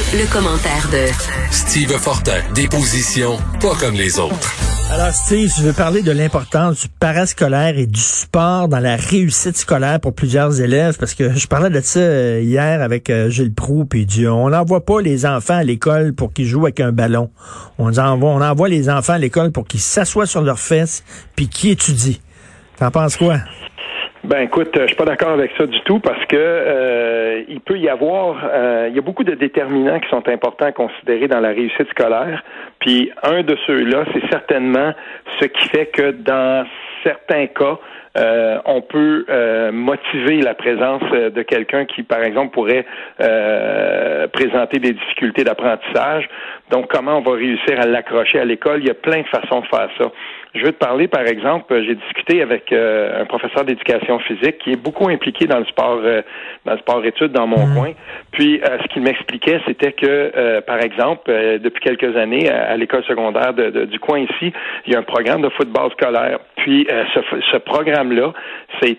Le commentaire de Steve Fortin, des positions pas comme les autres. Alors Steve, je veux parler de l'importance du parascolaire et du sport dans la réussite scolaire pour plusieurs élèves, parce que je parlais de ça hier avec Gilles Proulx, puis il dit on n'envoie pas les enfants à l'école pour qu'ils jouent avec un ballon. On envoie les enfants à l'école pour qu'ils s'assoient sur leurs fesses puis qu'ils étudient. T'en penses quoi? Ben écoute, je suis pas d'accord avec ça du tout parce que il peut y avoir il y a beaucoup de déterminants qui sont importants à considérer dans la réussite scolaire. Puis un de ceux-là, c'est certainement ce qui fait que dans certains cas, on peut motiver la présence de quelqu'un qui, par exemple, pourrait présenter des difficultés d'apprentissage. Donc, comment on va réussir à l'accrocher à l'école? Il y a plein de façons de faire ça. Je veux te parler, par exemple, j'ai discuté avec un professeur d'éducation physique qui est beaucoup impliqué dans le sport-études dans mon coin. Puis, ce qu'il m'expliquait, c'était que, par exemple, depuis quelques années, à l'école secondaire du coin ici, il y a un programme de football scolaire. Puis, ce programme-là, ça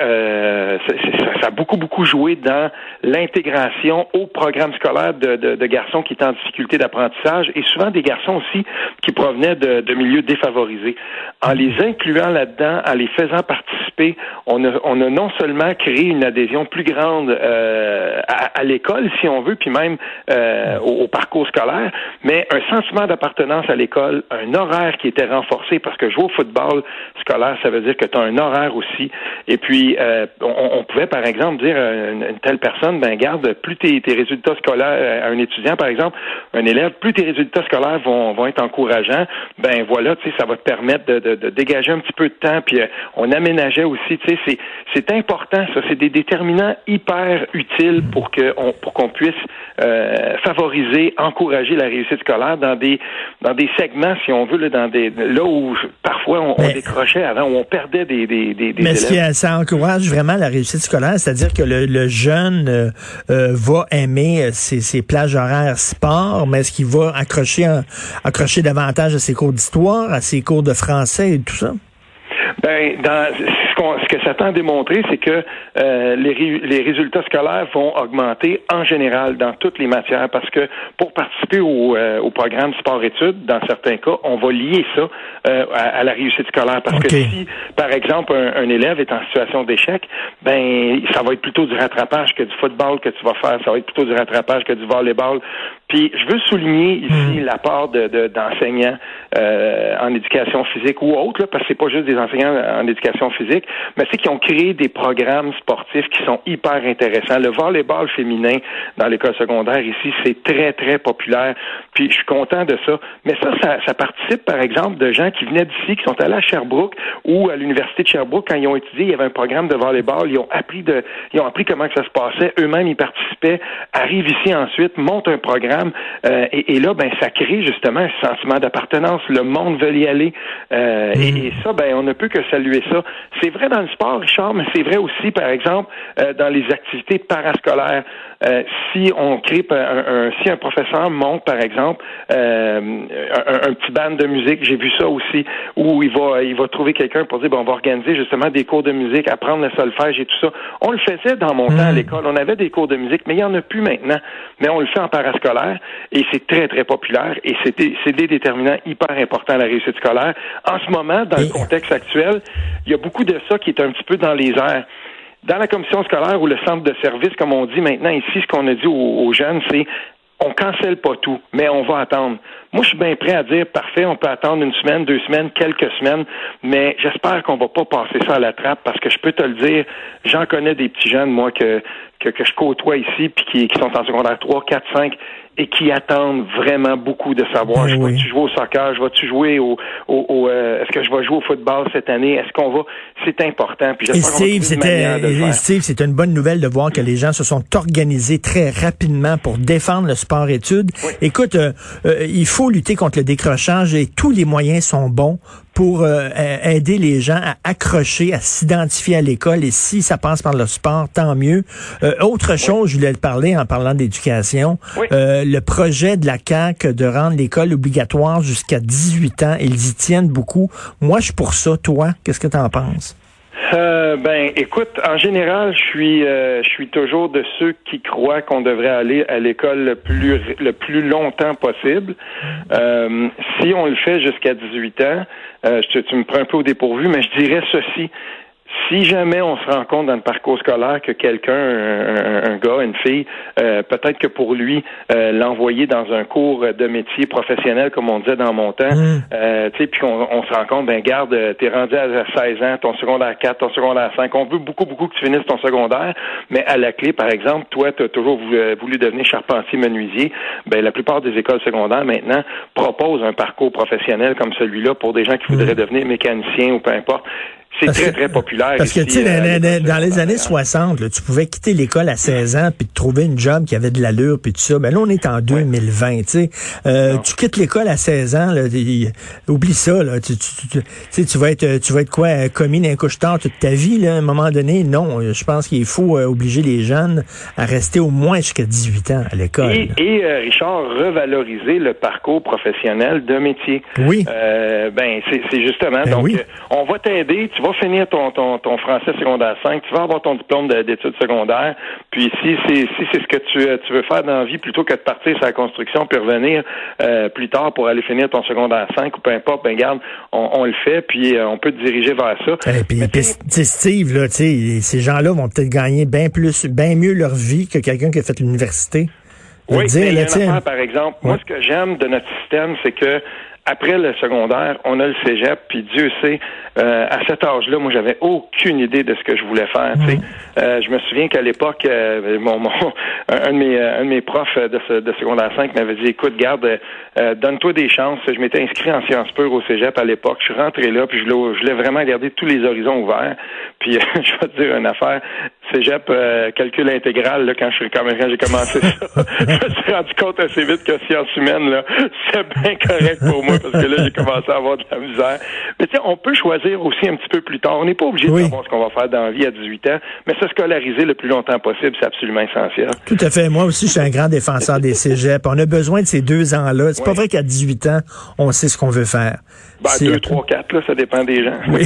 a beaucoup joué dans l'intégration au programme scolaire de garçons qui étaient en difficulté d'apprentissage et souvent des garçons aussi qui provenaient de milieux défavorisés. En les incluant là-dedans, en les faisant participer, on a non seulement créé une adhésion plus grande à l'école, si on veut, puis même au parcours scolaire, mais un sentiment d'appartenance à l'école, un horaire qui était renforcé, parce que jouer au football scolaire, ça veut dire que tu as un horaire aussi. Et puis, on pouvait, par exemple, dire à une telle personne, ben garde, plus tes résultats scolaires, à un étudiant, par exemple, un élève, plus tes résultats scolaires vont être encourageants, ben voilà, tu sais, ça va te permettre de dégager un petit peu de temps, puis on aménageait aussi, tu sais, c'est important, ça, c'est des déterminants hyper utiles pour qu'on puisse favoriser, encourager la réussite scolaire dans des segments, si on veut, là où parfois on décrochait avant, où on perdait des mais élèves. Ça encourage vraiment la réussite scolaire, c'est-à-dire que le jeune va aimer ses plages horaires sport, mais est-ce qu'il va accrocher davantage à ses cours d'histoire, à ses cours de français et tout ça? Ben, ce que ça tend à démontrer, c'est que les résultats scolaires vont augmenter en général dans toutes les matières, parce que pour participer au programme sport-études, dans certains cas, on va lier ça à la réussite scolaire, parce que si, par exemple, un élève est en situation d'échec, ben ça va être plutôt du rattrapage que du football que tu vas faire, ça va être plutôt du rattrapage que du volleyball. Puis je veux souligner ici l'apport d'enseignants en éducation physique ou autres, là, parce que c'est pas juste des enseignants en éducation physique, mais c'est qu'ils ont créé des programmes sportifs qui sont hyper intéressants. Le volleyball féminin dans l'école secondaire ici, c'est très, très populaire. Puis je suis content de ça. Mais ça participe, par exemple, de gens qui venaient d'ici, qui sont allés à Sherbrooke ou à l'université de Sherbrooke. Quand ils ont étudié, il y avait un programme de volleyball. Ils ont appris comment que ça se passait. Eux-mêmes, ils participaient, arrivent ici ensuite, montent un programme. Et là, ben, ça crée justement un sentiment d'appartenance. Le monde veut y aller. Et ça, ben, on ne peut que saluer ça. C'est vrai dans le sport, Richard, mais c'est vrai aussi, par exemple, dans les activités parascolaires. Si on crée si un professeur monte, par exemple, un petit band de musique, j'ai vu ça aussi, où il va trouver quelqu'un pour dire, bon, on va organiser justement des cours de musique, apprendre le solfège et tout ça. On le faisait dans mon temps à l'école. On avait des cours de musique, mais il n'y en a plus maintenant. Mais on le fait en parascolaire et c'est très, très populaire et c'est des déterminants hyper importants à la réussite scolaire. En ce moment, dans le contexte actuel, il y a beaucoup de ça qui est un petit peu dans les airs. Dans la commission scolaire ou le centre de service, comme on dit maintenant ici, ce qu'on a dit aux jeunes, c'est on cancelle pas tout, mais on va attendre. Moi, je suis bien prêt à dire, parfait, on peut attendre une semaine, 2 semaines, quelques semaines, mais j'espère qu'on va pas passer ça à la trappe, parce que je peux te le dire, j'en connais des petits jeunes, moi, que je côtoie ici, puis qui sont en secondaire 3, 4, 5, et qui attendent vraiment beaucoup de savoir, vas-tu jouer au soccer, vas-tu jouer est-ce que je vais jouer au football cette année, est-ce qu'on va, c'est important, puis j'espère qu'on va trouver une manière de le faire. Steve, c'est une bonne nouvelle de voir que les gens se sont organisés très rapidement pour défendre le sport-études. Oui. Écoute, il faut lutter contre le décrochage et tous les moyens sont bons pour aider les gens à accrocher, à s'identifier à l'école, et si ça passe par le sport, tant mieux. Autre chose, je voulais te parler en parlant d'éducation, le projet de la CAQ de rendre l'école obligatoire jusqu'à 18 ans, ils y tiennent beaucoup. Moi, je suis pour ça. Toi, qu'est-ce que tu en penses? Écoute, en général, je suis toujours de ceux qui croient qu'on devrait aller à l'école le plus longtemps possible. Si on le fait jusqu'à 18 ans, tu me prends un peu au dépourvu, mais je dirais ceci. Si jamais on se rend compte dans le parcours scolaire que quelqu'un, un gars, une fille, peut-être que pour lui, l'envoyer dans un cours de métier professionnel, comme on disait dans mon temps, puis on se rend compte, garde, t'es rendu à 16 ans, ton secondaire 4, ton secondaire 5, on veut beaucoup que tu finisses ton secondaire, mais à la clé, par exemple, toi, t'as toujours voulu devenir charpentier, menuisier, la plupart des écoles secondaires, maintenant, proposent un parcours professionnel comme celui-là pour des gens qui voudraient devenir mécaniciens ou peu importe. C'est très populaire. Parce que, tu sais, dans les années 60, là, tu pouvais quitter l'école à 16 ans puis te trouver une job qui avait de l'allure puis tout ça. Ben là, on est en 2020, tu sais. Tu quittes l'école à 16 ans, là, oublie ça, là. Tu vas être quoi, commis d'un couche-tard toute ta vie, là, à un moment donné? Non, je pense qu'il faut obliger les jeunes à rester au moins jusqu'à 18 ans à l'école. Et Richard, revaloriser le parcours professionnel de métier. Oui. C'est justement, donc, on va t'aider, tu vas finir ton français secondaire 5, tu vas avoir ton diplôme d'études secondaires, puis si c'est ce que tu veux faire dans la vie, plutôt que de partir sur la construction puis revenir plus tard pour aller finir ton secondaire 5 ou peu importe, garde, on le fait, puis on peut te diriger vers ça. Puis Steve, là, tu sais, ces gens-là vont peut-être gagner bien mieux leur vie que quelqu'un qui a fait l'université. Oui, il y a une affaire, par exemple. Moi, ce que j'aime de notre système, c'est que après le secondaire, on a le cégep, puis Dieu sait, à cet âge-là, moi, j'avais aucune idée de ce que je voulais faire. Je me souviens qu'à l'époque, un de mes profs de secondaire 5 m'avait dit, écoute, garde, donne-toi des chances. Je m'étais inscrit en sciences pures au cégep à l'époque. Je suis rentré là, puis je voulais vraiment garder tous les horizons ouverts. Puis je vais te dire une affaire. Cégep, calcul intégral, là, quand j'ai commencé ça, je me suis rendu compte assez vite que sciences humaines, là, c'est bien correct pour moi, parce que là, j'ai commencé à avoir de la misère. Mais tu sais, on peut choisir aussi un petit peu plus tard. On n'est pas obligé de savoir ce qu'on va faire dans la vie à 18 ans, mais se scolariser le plus longtemps possible, c'est absolument essentiel. Tout à fait. Moi aussi, je suis un grand défenseur des cégeps. On a besoin de ces 2 ans-là. C'est pas vrai qu'à 18 ans, on sait ce qu'on veut faire. 2, 3, 4, là, ça dépend des gens. Oui.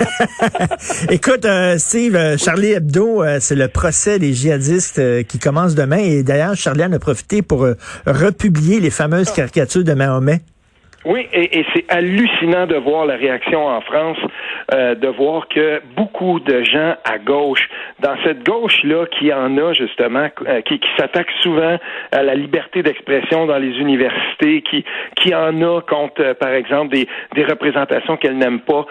Écoute, Steve, Charlie Hebdo, c'est le procès des djihadistes qui commence demain. Et d'ailleurs, Charlie en a profité pour republier les fameuses caricatures de Mahomet. Oui, et c'est hallucinant de voir la réaction en France, de voir que beaucoup de gens à gauche, dans cette gauche-là, qui en a justement, qui s'attaque souvent à la liberté d'expression dans les universités, qui en a contre, par exemple, des représentations qu'elle n'aime pas,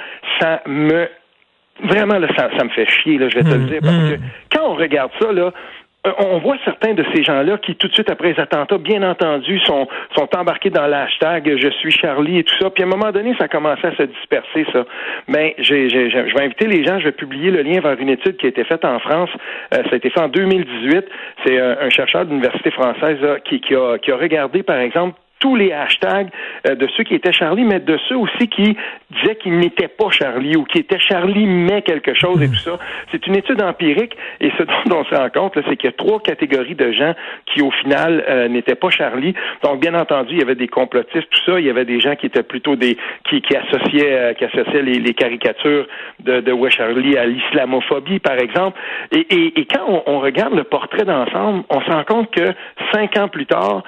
vraiment, là, ça me fait chier, là, je vais te le dire, parce que quand on regarde ça, là, on voit certains de ces gens-là qui, tout de suite après les attentats, bien entendu, sont embarqués dans l'hashtag « Je suis Charlie » et tout ça. Puis à un moment donné, ça a commencé à se disperser, ça. Mais je vais inviter les gens, je vais publier le lien vers une étude qui a été faite en France. Ça a été fait en 2018. C'est un chercheur de l'université française là, qui a regardé, par exemple, tous les hashtags de ceux qui étaient Charlie, mais de ceux aussi qui disaient qu'ils n'étaient pas Charlie ou qui étaient Charlie mais quelque chose et tout ça. C'est une étude empirique et ce dont on se rend compte, là, c'est qu'il y a 3 catégories de gens qui, au final, n'étaient pas Charlie. Donc, bien entendu, il y avait des complotistes, tout ça. Il y avait des gens qui étaient plutôt qui associaient les caricatures de Ouais Charlie à l'islamophobie, par exemple. Et quand on regarde le portrait d'ensemble, on se rend compte que 5 ans plus tard,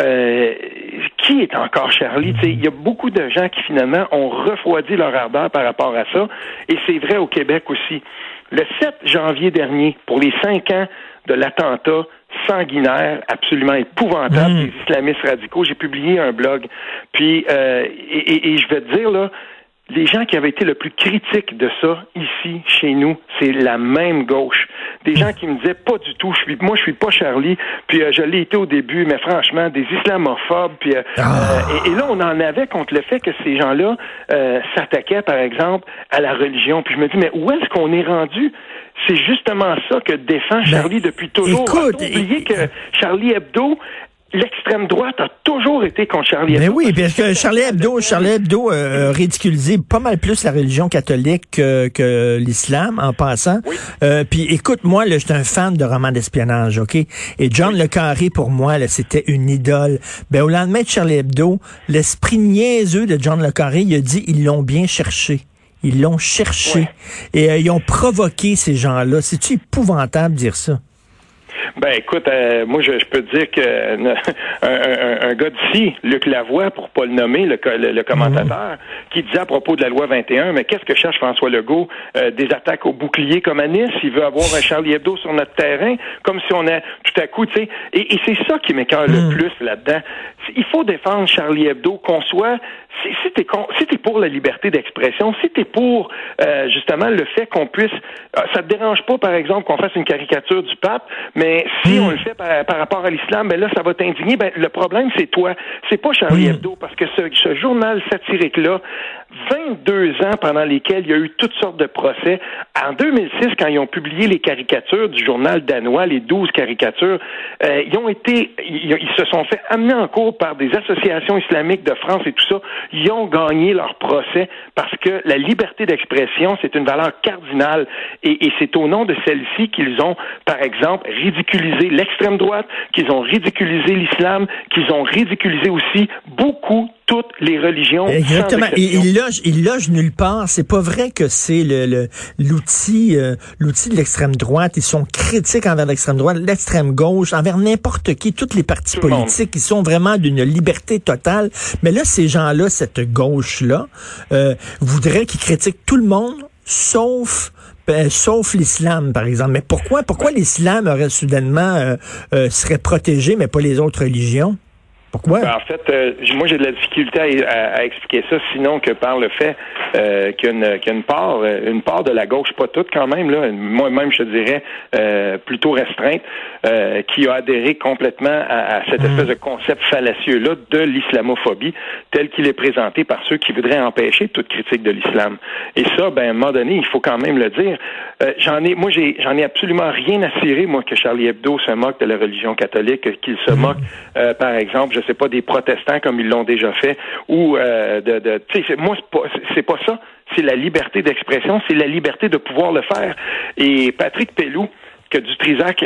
qui est encore Charlie? Il y a beaucoup de gens qui, finalement, ont refroidi leur ardeur par rapport à ça. Et c'est vrai au Québec aussi. Le 7 janvier dernier, pour les 5 ans de l'attentat sanguinaire, absolument épouvantable des islamistes radicaux, j'ai publié un blog. Puis, et je vais te dire, là, les gens qui avaient été le plus critiques de ça, ici, chez nous, c'est la même gauche. Des gens qui me disaient, pas du tout, je suis pas Charlie, puis je l'ai été au début, mais franchement, des islamophobes, puis et là, on en avait contre le fait que ces gens-là s'attaquaient, par exemple, à la religion. Puis je me dis, mais où est-ce qu'on est rendu? C'est justement ça que défend Charlie depuis toujours. Écoute, oubliez que Charlie Hebdo, l'extrême droite a toujours été contre Charlie Hebdo. Mais oui, parce que Charlie Hebdo ridiculisé pas mal plus la religion catholique que l'islam, en passant. Oui. Puis écoute, moi, là, j'étais un fan de romans d'espionnage, OK? Et John Le Carré, pour moi, là, c'était une idole. Ben, au lendemain de Charlie Hebdo, l'esprit niaiseux de John Le Carré, il a dit, ils l'ont bien cherché. Ils l'ont cherché. Ouais. Et ils ont provoqué ces gens-là. C'est-tu épouvantable de dire ça? Ben écoute, moi je peux te dire que un gars d'ici, Luc Lavoie, pour pas le nommer, le commentateur, qui disait à propos de la loi 21, mais qu'est-ce que cherche François Legault? Des attaques au bouclier comme à Nice, il veut avoir un Charlie Hebdo sur notre terrain, comme si on a tout à coup, tu sais, et c'est ça qui m'écoeure le plus là-dedans. Il faut défendre Charlie Hebdo, qu'on soit, si t'es pour la liberté d'expression, si t'es pour justement le fait qu'on puisse, ça te dérange pas par exemple qu'on fasse une caricature du pape, mais si on le fait par rapport à l'islam, ben là ça va t'indigner. Ben le problème c'est toi, c'est pas Charlie Hebdo, parce que ce journal satirique là, 22 ans pendant lesquels il y a eu toutes sortes de procès. En 2006, quand ils ont publié les caricatures du journal danois, les 12 caricatures, ils se sont fait amener en cours par des associations islamiques de France et tout ça. Ils ont gagné leur procès parce que la liberté d'expression, c'est une valeur cardinale et c'est au nom de celle-ci qu'ils ont, par exemple, ridiculisé l'extrême droite, qu'ils ont ridiculisé l'islam, qu'ils ont ridiculisé aussi beaucoup toutes les religions. Exactement. Et il loge nulle part. C'est pas vrai que c'est l'outil de l'extrême droite. Ils sont critiques envers l'extrême droite, l'extrême gauche, envers n'importe qui, toutes les partis politiques. Ils sont vraiment d'une liberté totale. Mais là, ces gens-là, cette gauche-là, voudraient qu'ils critiquent tout le monde, sauf l'islam, par exemple. Mais pourquoi l'islam aurait soudainement serait protégé, mais pas les autres religions? Pourquoi? En fait, moi j'ai de la difficulté à expliquer ça, sinon que par le fait qu'il y a une part de la gauche, pas toute quand même, là, moi-même je te dirais plutôt restreinte, qui a adhéré complètement à cette espèce de concept fallacieux-là de l'islamophobie, tel qu'il est présenté par ceux qui voudraient empêcher toute critique de l'islam. Et ça, ben à un moment donné, il faut quand même le dire. J'en ai absolument rien à cirer, moi, que Charlie Hebdo se moque de la religion catholique, qu'il se moque, par exemple, je sais pas, des protestants comme ils l'ont déjà fait, ou tu sais, moi c'est pas ça, c'est la liberté d'expression, c'est la liberté de pouvoir le faire. Et Patrick Pelloux, que Dutrisac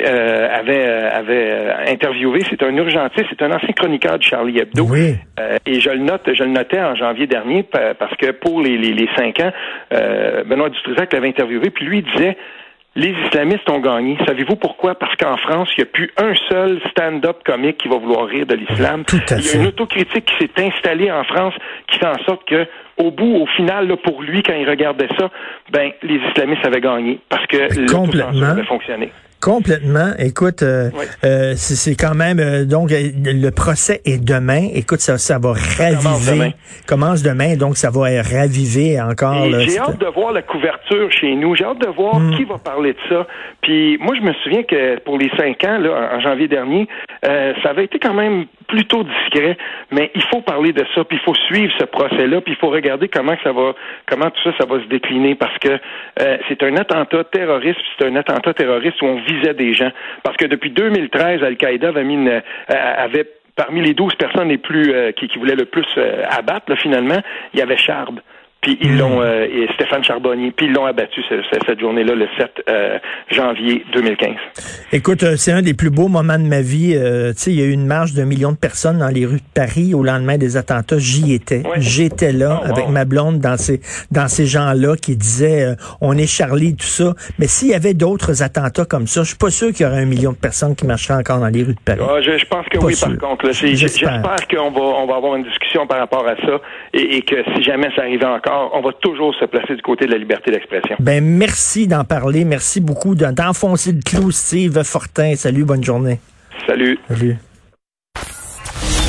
avait interviewé, c'est un urgentiste, c'est un ancien chroniqueur de Charlie Hebdo. Oui. Et je le notais en janvier dernier parce que pour les 5 ans, Benoît Dutrisac l'avait interviewé, puis lui il disait: les islamistes ont gagné. Savez-vous pourquoi? Parce qu'en France, il n'y a plus un seul stand-up comique qui va vouloir rire de l'islam. Il y a une autocritique qui s'est installée en France qui fait en sorte que, au final, là, pour lui, quand il regardait ça, ben, les islamistes avaient gagné. Parce que l'autocensure avait fonctionné. Complètement. Écoute, c'est quand même donc le procès est demain. Écoute, ça va raviver. Commence demain, donc ça va raviver encore. Là, j'ai hâte de voir la couverture chez nous. J'ai hâte de voir qui va parler de ça. Puis moi, je me souviens que pour les 5 ans, là, en janvier dernier, ça avait été quand même plutôt discret. Mais il faut parler de ça, puis il faut suivre ce procès-là, puis il faut regarder comment tout ça va se décliner, parce que c'est un attentat terroriste. C'est un attentat terroriste où on visait des gens. Parce que depuis 2013, Al-Qaïda avait parmi les 12 personnes les plus qui voulaient le plus abattre, là, finalement, il y avait Charb. Puis ils l'ont et Stéphane Charbonnier, puis ils l'ont abattu cette journée-là, le 7 janvier 2015. Écoute, c'est un des plus beaux moments de ma vie. Tu sais, il y a eu une marche d'1 million de personnes dans les rues de Paris au lendemain des attentats. J'y étais. Ouais. J'étais là avec ma blonde dans ces gens-là qui disaient on est Charlie, tout ça. Mais s'il y avait d'autres attentats comme ça, je suis pas sûr qu'il y aurait 1 million de personnes qui marcheraient encore dans les rues de Paris. Je pense que pas oui, sûr. Par contre. Là, j'espère qu'on va avoir une discussion par rapport à ça et que si jamais ça arrivait encore, on va toujours se placer du côté de la liberté d'expression. Ben merci d'en parler. Merci beaucoup d'enfoncer le clou, Steve Fortin. Salut, bonne journée. Salut. Salut.